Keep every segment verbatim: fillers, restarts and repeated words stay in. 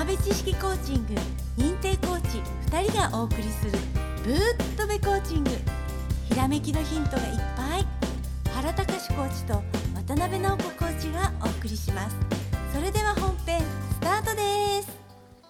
辺知識コーチング認定コーチふたりがお送りするぶっとべコーチング。ひらめきのヒントがいっぱい、原隆コーチと渡辺直子コーチがお送りします。それでは本編スタートです。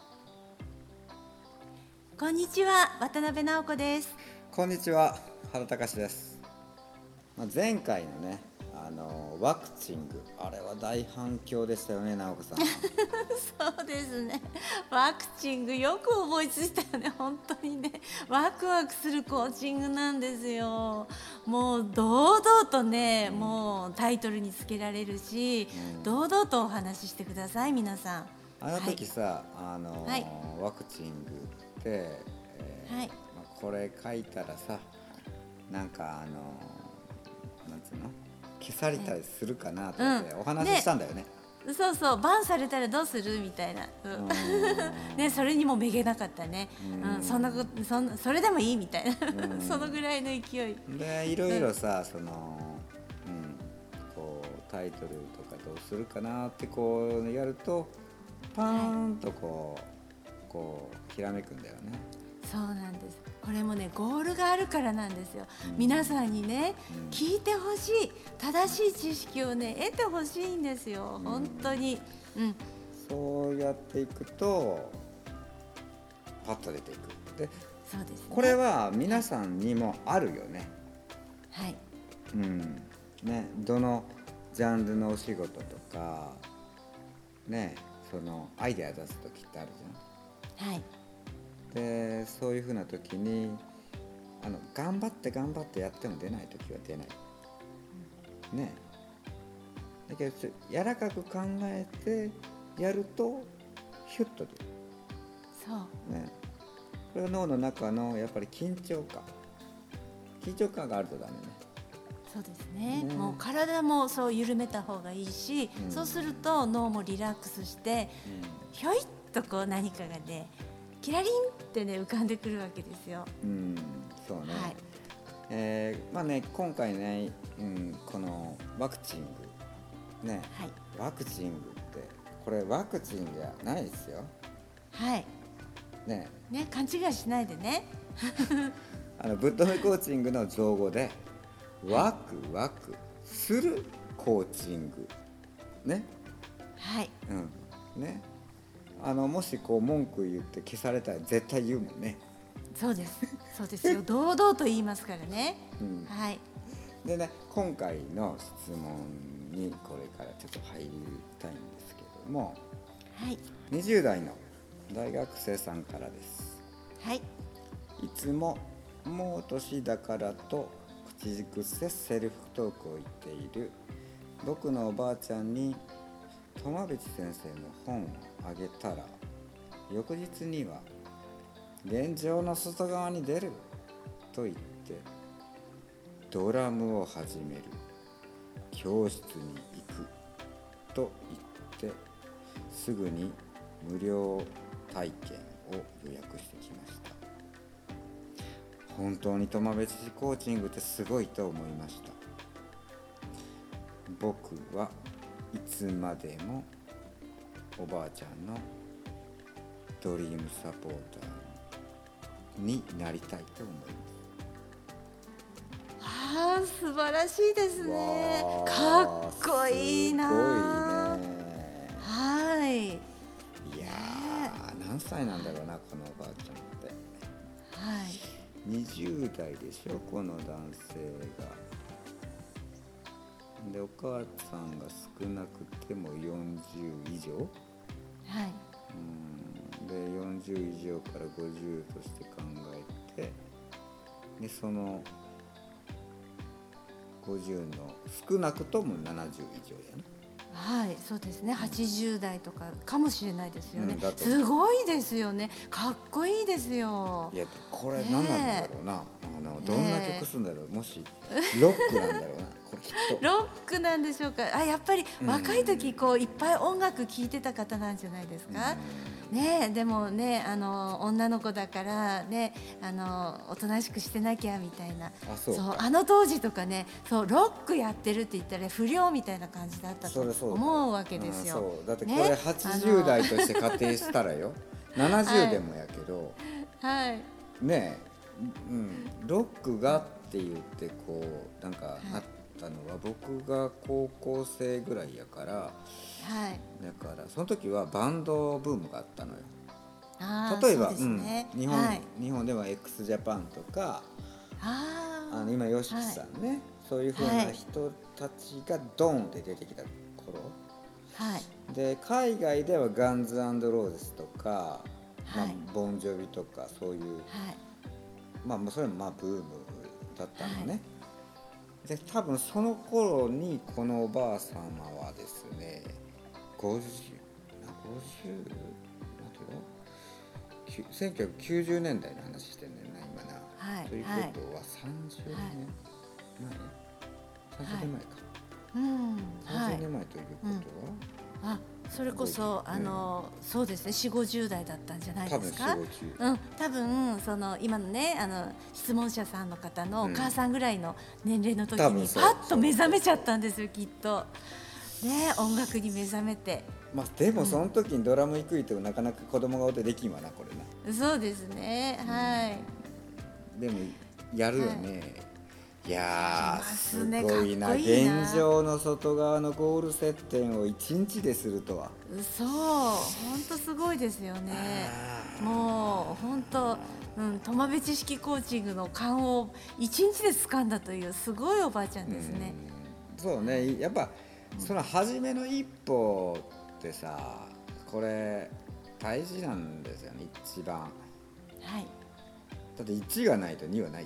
こんにちは、渡辺直子です。 こんにちは、原隆です。まあ、前回のね、あのワクチング、あれは大反響でしたよね、直子さん。 そうですね、ワクチングよく思いついたよね。本当にね、ワクワクするコーチングなんですよ。もう堂々とね、うん、もうタイトルにつけられるし、うん、堂々とお話ししてください皆さん。 あの時さ、はい、あの、はい、ワクチングって、えーはい、まあ、これ書いたらさ、なんかあのなんつうの、消されたりするかなと思ってお話ししたんだよね。 ね、そうそう、バンされたらどうするみたいな、うんね、それにもめげなかったね。うん、そんなこと、そんそれでもいいみたいなそのぐらいの勢いで、いろいろさ、その、うん、こうタイトルとかどうするかなってこうやるとパーンとこう、はい、こうひらめくんだよね。 そうなんです。これもね、ゴールがあるからなんですよ。うん、皆さんにね、うん、聞いてほしい、正しい知識をね得てほしいんですよ、うん、本当に、うん、 そうやっていくとパッと出ていく。で、 そうですね、 これは皆さんにもあるよね。 はい、 うんね、どのジャンルのお仕事とかね、そのアイデア出す時ってあるじゃん。はい。で、そういう風な時にあの頑張って頑張ってやっても出ない時は出ない、うん、ね。だけど柔らかく考えてやるとヒュッと出る。そうね。これは脳の中のやっぱり緊張感緊張感があるとダメね。 そうですね、ね。もう体もそう緩めた方がいいし、うん、そうすると脳もリラックスして、うん、ひょいっとこう何かがねキラリンってね浮かんでくるわけですよ。 うん、そうね。はい、えー、まあね、今回ね、うん、このワクチングね、はい、ワクチングってこれワクチンじゃないですよ。 はい。ね、ね、勘違いしないでね。 あのぶっとべコーチングの造語でワクワクするコーチングね。 はい。 うん、ね。あのもしこう文句言って消されたら絶対言うもんね。 そうですそうですよ堂々と言いますからね、うん、はい。 でね、今回の質問にこれからちょっと入りたいんですけども、はい、にじゅう代の大学生さんからです。はい。いつももう年だからと口癖セルフトークを言っている僕のおばあちゃんに苫淵先生の本をあげたら翌日には現状の外側に出ると言ってドラムを始める、教室に行くと言ってすぐに無料体験を予約してきました。本当に苫米知識コーチングってすごいと思いました。僕はいつまでもおばあちゃんのドリームサポーターになりたいと思います。はあ、素晴らしいですね。かっこいいな。 すごいね。 はい。いやー、何歳なんだろうな、このおばあちゃんって。はい。にじゅう代でしょ、この男性が。で、お母さんが少なくてもよんじゅう以上、はい、うんでよんじゅう以上からごじゅうとして考えて、でそのごじゅうの少なくともななじゅう以上やね。 はい、そうですね。はちじゅう代とかかもしれないですよね、うん、すごいですよね。かっこいいですよ。 いや、これ何なんだろうな、ね、あのどんな曲するんだろう、もしロックなんだろうなこれきっと。 ロックなんでしょうか。あ、やっぱり若い時こういっぱい音楽聴いてた方なんじゃないですか。ねえ、でもね、あの女の子だからね、あのおとなしくしてなきゃみたいな。 あ、そうか。 そう、あの当時とかね、そうロックやってるって言ったら不良みたいな感じだったと思うわけですよ。 そうだってこれはちじゅう代として仮定したらよ、ななじゅうでもやけど、 はい、 ねえ、うん、ロックがって言ってこうなんかあったのは僕が高校生ぐらいやから、はい、だからその時はバンドブームがあったのよ。 あ、 例えば、 そうですね、 うん、日本、 はい、 日本では x ジャパンとか、 ああの今 ヨシキさんね、はい、そういう風な人たちがドーンって出てきた頃、はい、で海外ではガンズ&ローゼスとか、はい、まあ、ボンジョビとかそういう、はい、まあそれもまあブームだったのね、はい、で多分その頃にこのおばあ様はですねごじゅう、ごじゅう、せんきゅうひゃくきゅうじゅうねんだいの話してんねんな今な、はい、ということはさんじゅうねんまえ、はい、さんじゅうねんまえか、うん、さんじゅうねんまえということは、 うん、あ、それこそあの、うん、そうですね、よんじゅうごじゅう代だったんじゃないですか。多分よんじゅうご、うん、多分その今のね、あの質問者さんの方のお母さんぐらいの年齢の時にパッと目覚めちゃったんですよ、きっとね、音楽に目覚めて。 まあ、でもその時にドラム行くいてもなかなか子供がおってできんわなこれな。そうですね、はい、 うん、でもやるよね、はい、いやーすね、 ごいな、 いいな、 現状の外側のゴール接点をいちにちでするとは。 そう、本当すごいですよね。もう本当、うん、苫部知識コーチングの勘をいちにちで掴んだというすごいおばあちゃんですね。 うん、そうね、やっぱその初めの一歩ってさ、これ大事なんですよね、一番。はい。だっていちがないとにはないよ。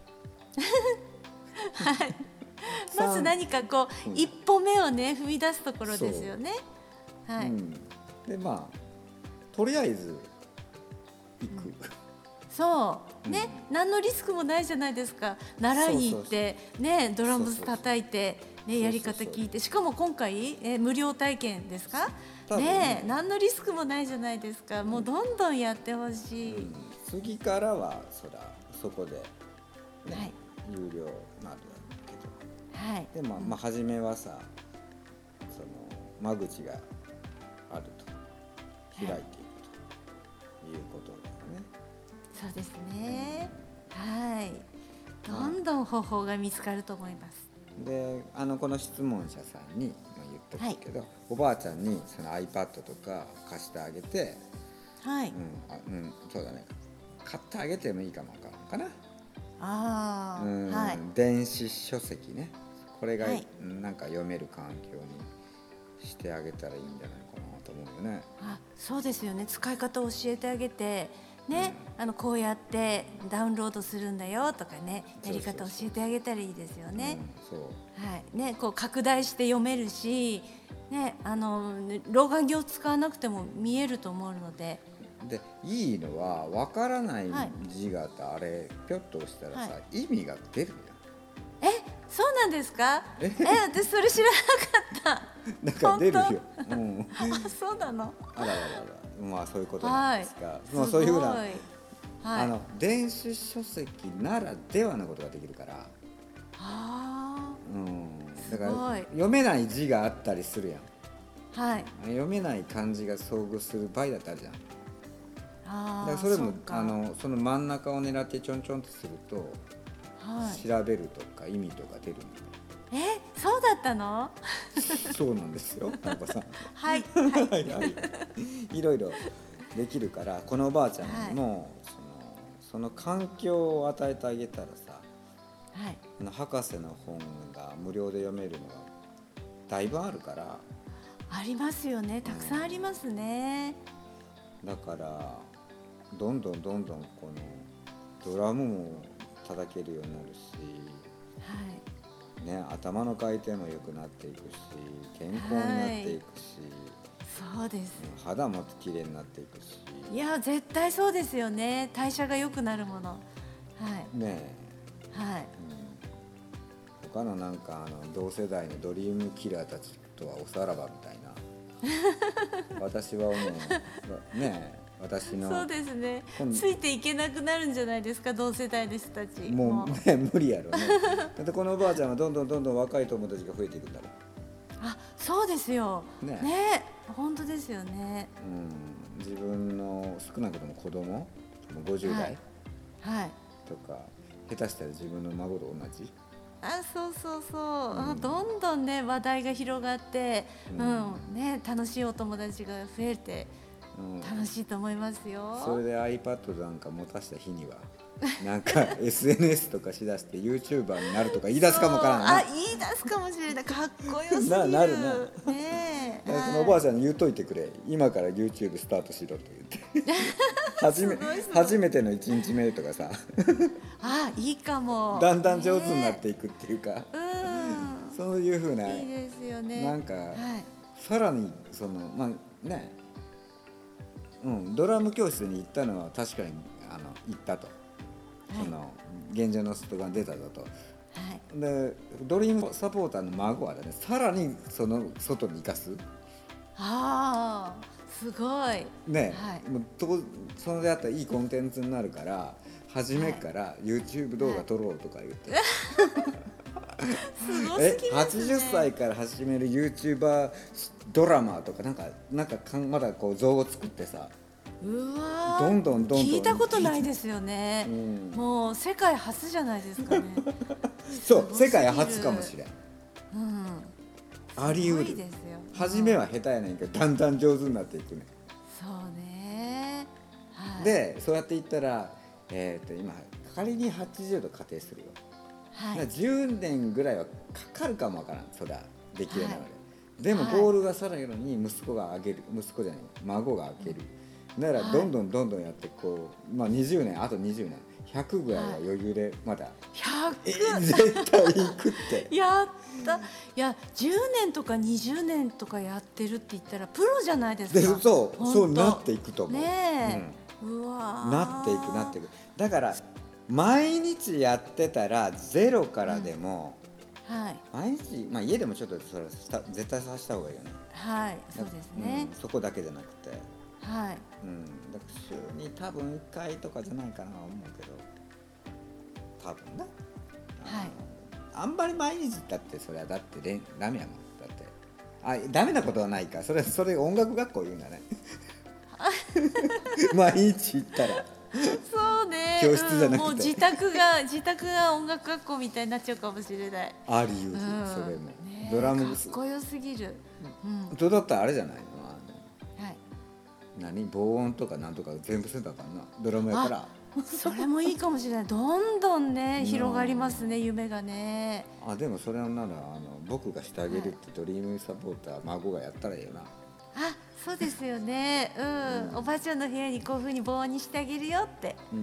はい。まず何かこう、うん、一歩目をね踏み出すところですよね。はい。うん、 でまあとりあえず行く。うん、 そうね、うん、何のリスクもないじゃないですか。習いに行ってね、ドラムス叩いて。ね、やり方聞いて、しかも今回え無料体験ですかね、何のリスクもないじゃないですか。もうどんどんやってほしい、うん、 次からはそらそこで、ね、はい、有料などだけど、はい、でも、まあ、初めはさ、その間口があると開いていくということだよね、 はい、そうですね、はい、どんどん方法が見つかると思います。 であのこの質問者さんに言ったんですけど、はい、おばあちゃんにその iPad とか貸してあげて、はい、うんあうん、そうだね、買ってあげてもいいかもかな。あ、うん、はい、電子書籍ね、これが、はい、なんか読める環境にしてあげたらいいんじゃないかなと思うよね。 あ、そうですよね、使い方を教えてあげてね、うん、あのこうやってダウンロードするんだよとかね、やり方教えてあげたらいいですよね。そうそうそう、うん、はいね、こう拡大して読めるし、ね、あの老眼鏡を使わなくても見えると思うので。 でいいのは分からない字があれ、はい、ピョッと押したらさ、はい、意味が出るやん。え、そうなんですか？え、私それ知らなかった。 なんか出るよ。うん、 あ、そうなの。 あらららら、まあそういうことなんですが、はい、まあそういうふうな、はい、あの電子書籍ならではのことができるから。あ、うん、だから読めない字があったりするやん。はい。読めない漢字が遭遇する場合だったらじゃん。あ、だからそれもあのその真ん中を狙ってちょんちょんとすると、はい、調べるとか意味とか出るんだ。 え、そうだったの？ そうなんですよ、田中さん。 はいはいはいいろいろできるから、このおばあちゃんにも、はい、そのその環境を与えてあげたらさ、はい、あの博士の本が無料で読めるのがだいぶあるから。 ありますよね、たくさんありますね。 うん、だからどんどんどんどんこのドラムも叩けるようになるし、はいね、頭の回転も良くなっていくし、健康になっていくし、 はい、そうです、 肌も綺麗になっていくし。 いや絶対そうですよね、代謝が良くなるもの、はい、ねえ、はい、 うん、だ他のなんかあの同世代のドリームキラーたちとはおさらばみたいな私は思うねえ私のそうですね、ついていけなくなるんじゃないですか、同世代の人たちもうね無理やろねだってこのおばあちゃんはどんどんどんどん若い友達が増えていくんだろあ、そうですよねね、本当ですよね、 うん、自分の少なくとも子供ごじゅう代、 はいはい、 とか下手したら自分の孫と同じあ、そうそうそう、 うん、 あ、どんどんね話題が広がって、うんうんね、楽しいお友達が増えて楽しいと思いますよ、 うん、それで iPad なんか持たした日にはなんか エスエヌエス とかしだして YouTuber になるとか言い出すかもからんな。 あ、言い出すかもしれない。かっこよすぎるな, なるなねえ、 そのおばあちゃんに言うといてくれ、今から YouTube スタートしろと言って初め初めてのいちにちめとかさあ、いいかも、 だんだん上手になっていくっていうか、 うん、 そういうふうな、 いいですよね、 なんか、 はい、 さらにそのまあね、うん、ドラム教室に行ったのは確かにあの行ったと、はい、その現状の外が出ただと、はい、でドリームサポーターの孫はね、さらにその外に行かす、 ああ、すごいね、 はい、 もうとそれであったらいいコンテンツになるから初めから YouTube 動画撮ろうとか言って、はいすごすぎますね、 えはちじゅっさいから始める YouTuber ドラマとかなんかなんかかんまだこう像を作ってさ、 うわどんどんどんどん聞いたことないですよね、うん、もう世界初じゃないですかねそう世界初かもしれん、 うん、 あり得るですよ、初めは下手やねんけどだんだん上手になっていくね。 そうね、 はい、でそうやっていったら、えー、と今仮にはちじゅうど仮定するよ、はい、じゅうねんぐらいはかかるかもわからん、そりゃできるようになる、はい、でもボールがさらに息子が上げる、息子じゃない孫が上げる、うん、だからどんどんどんどんやってこう、まあ、にじゅうねんあとにじゅうねんひゃくぐらいは余裕でまだ、 ひゃく絶対いくってやったいやじゅうねんとかにじゅうねんとかやってるって言ったらプロじゃないですか。 でそうそうなっていくと思う、 ねえ、うん、うわなっていくなっていく。だから毎日やってたらゼロからでも、うんはい、毎日、まあ、家でもちょっとそれした絶対させた方がいいよね。はいそうですね、 うん、そこだけじゃなくてはい、 うん、だから週に多分いっかいとかじゃないかなと思うけど多分ね、はい、あんまり毎日だってそれはだってダメやもん。だってあダメなことはないか、それそれ音楽学校言うんだね毎日行ったらそうね、 教室じゃなくて、うん、 もう自宅が自宅が音楽学校みたいになっちゃうかもしれない。 あり得る、うん、それも、ね、ドラムかっこよすぎる、 うん、とだったらあれじゃないの、あの、はい、何防音とかなんとか全部せんだからな、ドラムやからそれもいいかもしれない。どんどんね広がりますね、夢がね。 あでもそれならあの僕がしてあげるってドリームサポーター孫がやったらいいよな。 あそうですよね、うん、うん、おばあちゃんの部屋にこういう風に防音にしてあげるよって、 うん、うん、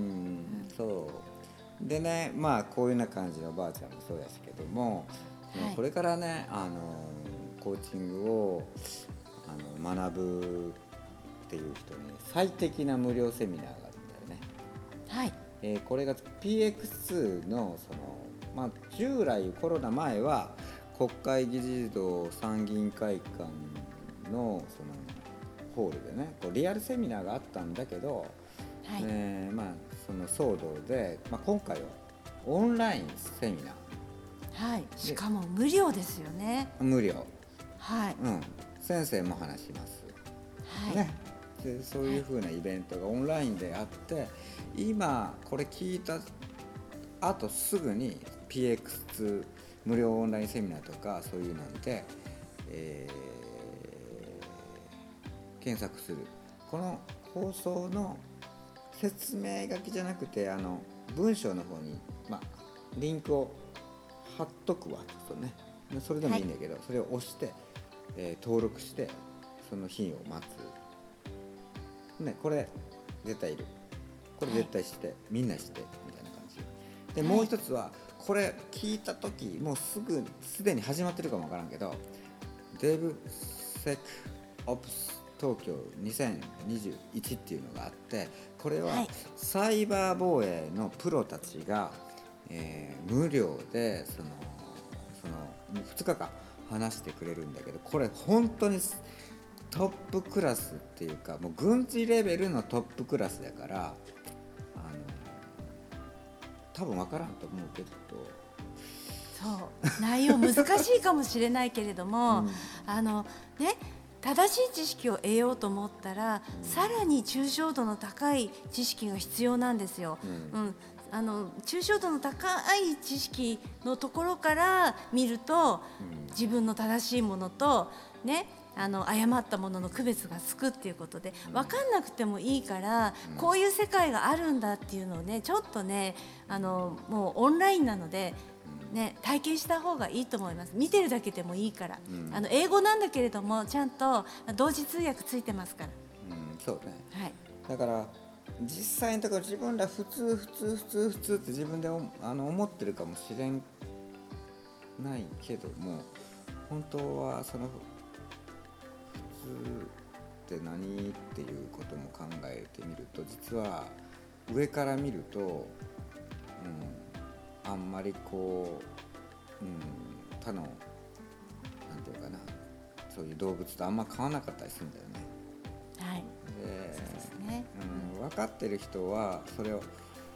そうでね、まあこういうような感じのおばあちゃんもそうですけども、はい、これからねあのコーチングをあの学ぶっていう人に最適な無料セミナーがあるんだよね。はい、えー、これが ピーエックスツー のその、まあ、従来コロナ前は国会議事堂参議院会館のそのホールでねこうリアルセミナーがあったんだけど、はい、えー、まあ、その騒動で、まあ、今回はオンラインセミナー、はい、しかも無料ですよね。 無料、 はい、 うん、先生も話します、はいね、でそういう風なイベントがオンラインであって、はい、今これ聞いたあとすぐに ピーエックスツー 無料オンラインセミナーとかそういうので、えー、検索する。この放送の説明書きじゃなくてあの文章の方に、まあ、リンクを貼っとくわとね、それでもいいんだけど、はい、それを押して、えー、登録してその日を待つ、ね、これ絶対いる、これ絶対して、はい、みんなしてみたいな感じで、もう一つはこれ聞いた時もうすぐすでに始まってるかもわからんけど デブセクオプス東京にせんにじゅういちっていうのがあって、これはサイバー防衛のプロたちが、えー、無料でそのそのふつかかん話してくれるんだけど、これ本当にトップクラスっていうかもう軍事レベルのトップクラスだから、あの多分分からんと思うけど、 そう内容難しいかもしれないけれども、うん、あのね正しい知識を得ようと思ったら、うん、さらに抽象度の高い知識が必要なんですよ、うんうん、あの抽象度の高い知識のところから見ると、うん、自分の正しいものとねあの誤ったものの区別がつくっていうことで、分かんなくてもいいから、うん、こういう世界があるんだっていうのをねちょっとねあのもうオンラインなのでね、体験した方がいいと思います。見てるだけでもいいから、うん、あの英語なんだけれどもちゃんと同時通訳ついてますから、 うん、そうね、 はい、 だから実際のところ自分ら普通普通普通普通って自分であの思ってるかもしれんないけども、本当はその普通って何っていうことも考えてみると、実は上から見ると、うんあんまりこう、うん、他のなんていうかな、そういう動物とあんま変わらなかったりするんだよね。 はい。 で、 そうですね。 うん、分かってる人はそれを、うん、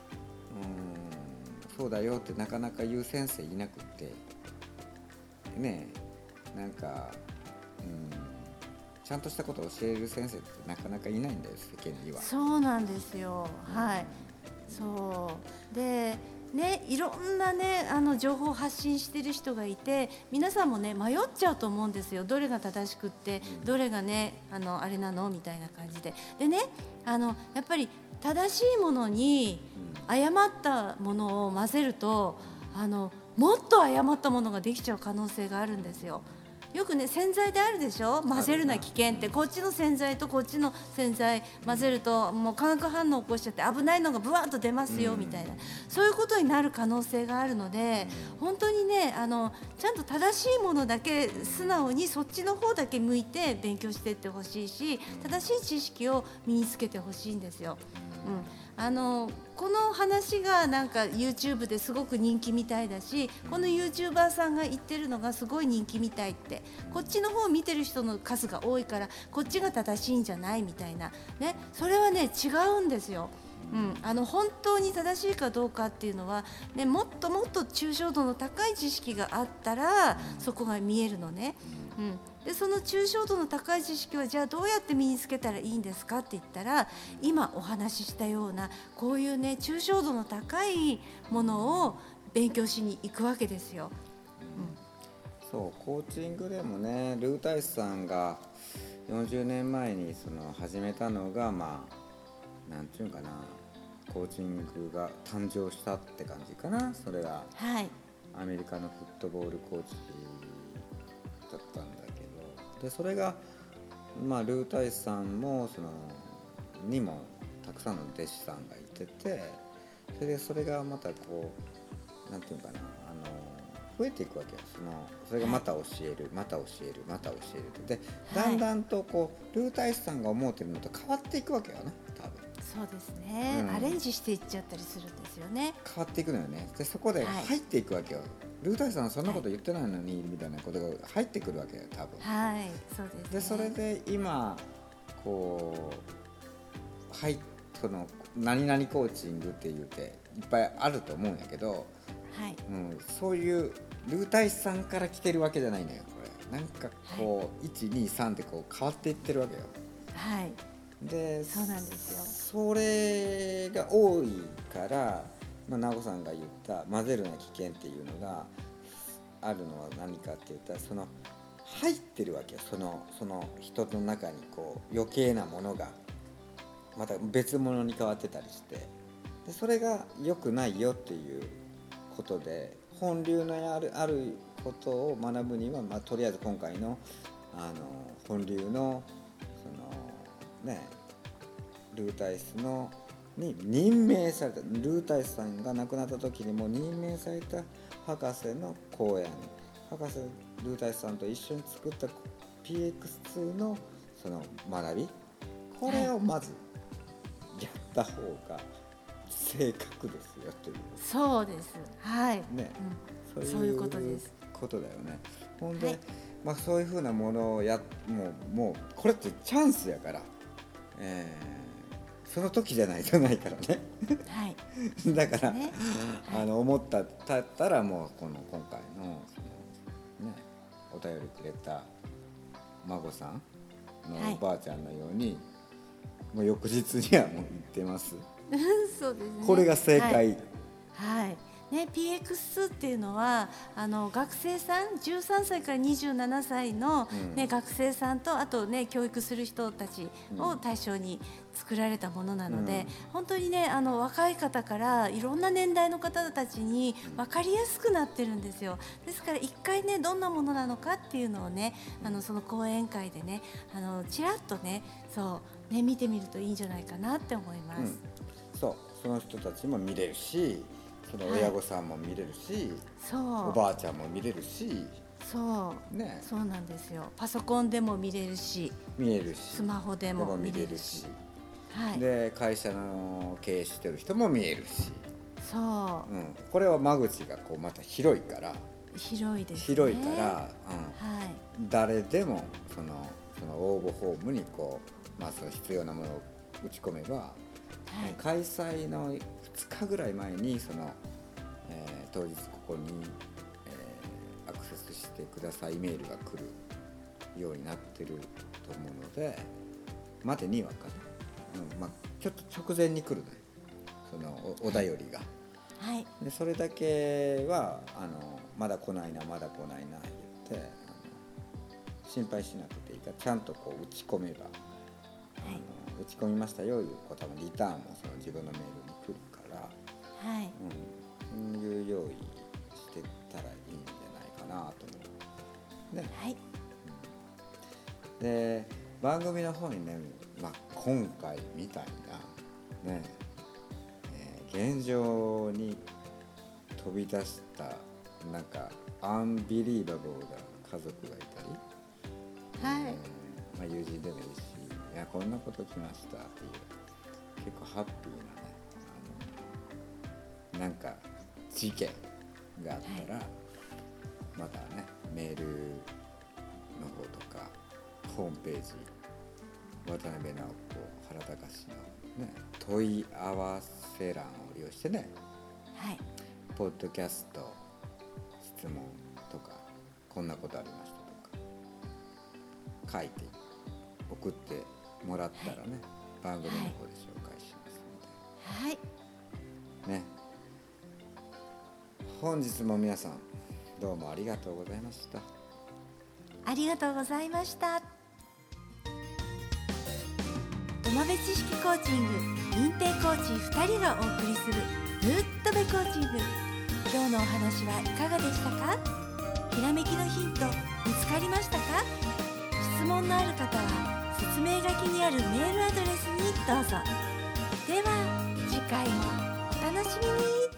そうだよってなかなか言う先生いなくってね、なんか、うん、ちゃんとしたことを教える先生ってなかなかいないんだよ、世間には。 そうなんですよ。はい。そうで。ね、いろんな、ね、あの情報を発信している人がいて、皆さんも、ね、迷っちゃうと思うんですよ。どれが正しくってどれが、ね、あのあれなのみたいな感じで、で、ね、あのやっぱり正しいものに誤ったものを混ぜると、あのもっと誤ったものができちゃう可能性があるんですよ。よくね洗剤であるでしょ、混ぜるな危険って。こっちの洗剤とこっちの洗剤混ぜるともう化学反応を起こしちゃって危ないのがブワーッと出ますよみたいな、そういうことになる可能性があるので、本当にねあのちゃんと正しいものだけ素直にそっちの方だけ向いて勉強していってほしいし、正しい知識を身につけてほしいんですよ。うん、あのこの話がなんか YouTube ですごく人気みたいだし、この YouTuber さんが言ってるのがすごい人気みたいって、こっちの方を見てる人の数が多いからこっちが正しいんじゃないみたいな、ね、それはね違うんですよ。うん、あの本当に正しいかどうかっていうのは、ね、もっともっと抽象度の高い知識があったらそこが見えるのね。うん、でその抽象度の高い知識はじゃあどうやって身につけたらいいんですかって言ったら、今お話ししたようなこういうね抽象度の高いものを勉強しに行くわけですよ。 うん、そうコーチングでもね、ルータイスさんがよんじゅうねんまえにその始めたのが、まあなんていうかな、コーチングが誕生したって感じかな。それが、 はい、 アメリカのフットボールコーチだったんだけど、でそれが、まあ、ルータイスさんもそのにもたくさんの弟子さんがいてて、それでそれがまたこうなんていうかな、あの増えていくわけよ。そのそれがまた教える、また教える、また教えるで、だんだんとこうルータイスさんが思ってるのと変わっていくわけよね、多分。 そうですね、うん、アレンジしていっちゃったりするんですよね。 変わっていくのよね。でそこで入っていくわけよ、はい、ルータイスさんはそんなこと言ってないのに、はい、みたいなことが入ってくるわけよ、多分。 はい、そうですね。 でそれで今こうはいその何々コーチングって言っていっぱいあると思うんやけど、 はい、 うん、そういうルータイスさんから来てるわけじゃないのよ、これ。なんかこう、はい、いちにさんってこう変わっていってるわけよ。 はい。 でそうなんですよ。 それが多いから、まあ、直子さんが言った混ぜるな危険っていうのがあるのは何かって言ったら、その入ってるわけよ、そのその人の中にこう余計なものがまた別物に変わってたりして、でそれが良くないよっていうことで、本流のあるあることを学ぶには、まあ、とりあえず今回のあの本流のね、ルータイスのに任命された、ルータイスさんが亡くなった時にも任命された博士の講演、博士ルータイスさんと一緒に作った ピーエックスツー のその学び、これをまずやった方が正確ですよという。 そうです、はい、 ね、 うん、そういうことです。 ことだよね。ほんで、 はい、 まあ、そういうふうなものをやもうもうこれってチャンスやから、えー、その時じゃないとないからね、 はい、 だから、 ね、 あの思ったたったらもうこの今回のその、ね、お便りくれた孫さんのおばあちゃんのように、はい、もう翌日にはもう行ってますそうですね、 これが正解、 はいはいね、ピーエックス っていうのはあの学生さんじゅうさんさいからにじゅうななさいの、ね、うん、学生さんとあと、ね、教育する人たちを対象に作られたものなので、うん、本当に、ね、あの若い方からいろんな年代の方たちに分かりやすくなってるんですよ。ですから一回、ね、どんなものなのかっていうのを、ね、あのその講演会で、ね、あのちらっと、ね、そうね、見てみるといいんじゃないかなって思います、うん、 そうその人たちも見れるし、その親御さんも見れるし、はい、 そうおばあちゃんも見れるし、 そう、ね、そうなんですよ。パソコンでも見れるし、 見れるし、 スマホでも見れるし、 はい、で会社の経営してる人も見えるし、 そう、 うん、これは間口がこうまた広いから広いですね、 広いから、うん、 はい、 誰でもそのその応募フォームにこう、まあ、その必要なものを打ち込めば、はい、開催のふつかぐらい前にその、えー、当日ここに、えー、アクセスしてくださいメールが来るようになってると思うので、までにはかな、うん、まあ、ちょっと直前に来るね、その お, お便りが、 はい、 でそれだけはあのまだ来ないなまだ来ないな言ってあの心配しなくていいから、ちゃんとこう打ち込めば、はい、あの打ち込みましたよいうことはリターンもその自分のメールに来るから、 はい、 うん、そういう用意してたらいいんじゃないかなと思う、ね、 はい、 うん、で番組の方にね、まあ、今回みたいなね、えー、現状に飛び出したなんかアンビリーバボーな家族がいたり、 はい、 えーまあ、友人でもいいし、いやこんなこと来ましたっていう結構ハッピーなね、あのなんか事件があったら、はい、またねメールの方とかホームページ渡辺直子原隆の、ね、問い合わせ欄を利用してね、 はい、 ポッドキャスト質問とかこんなことありましたとか書いて送ってもらったらね、はい、番組の方で紹介しますので、 はいね、本日も皆さんどうもありがとうございました。 ありがとうございました。土鍋知識コーチング認定コーチふたりがお送りするぶっとべコーチング、今日のお話はいかがでしたか？ひらめきのヒント見つかりましたか？質問のある方は説明書きにあるメールアドレスにどうぞ。では次回もお楽しみに。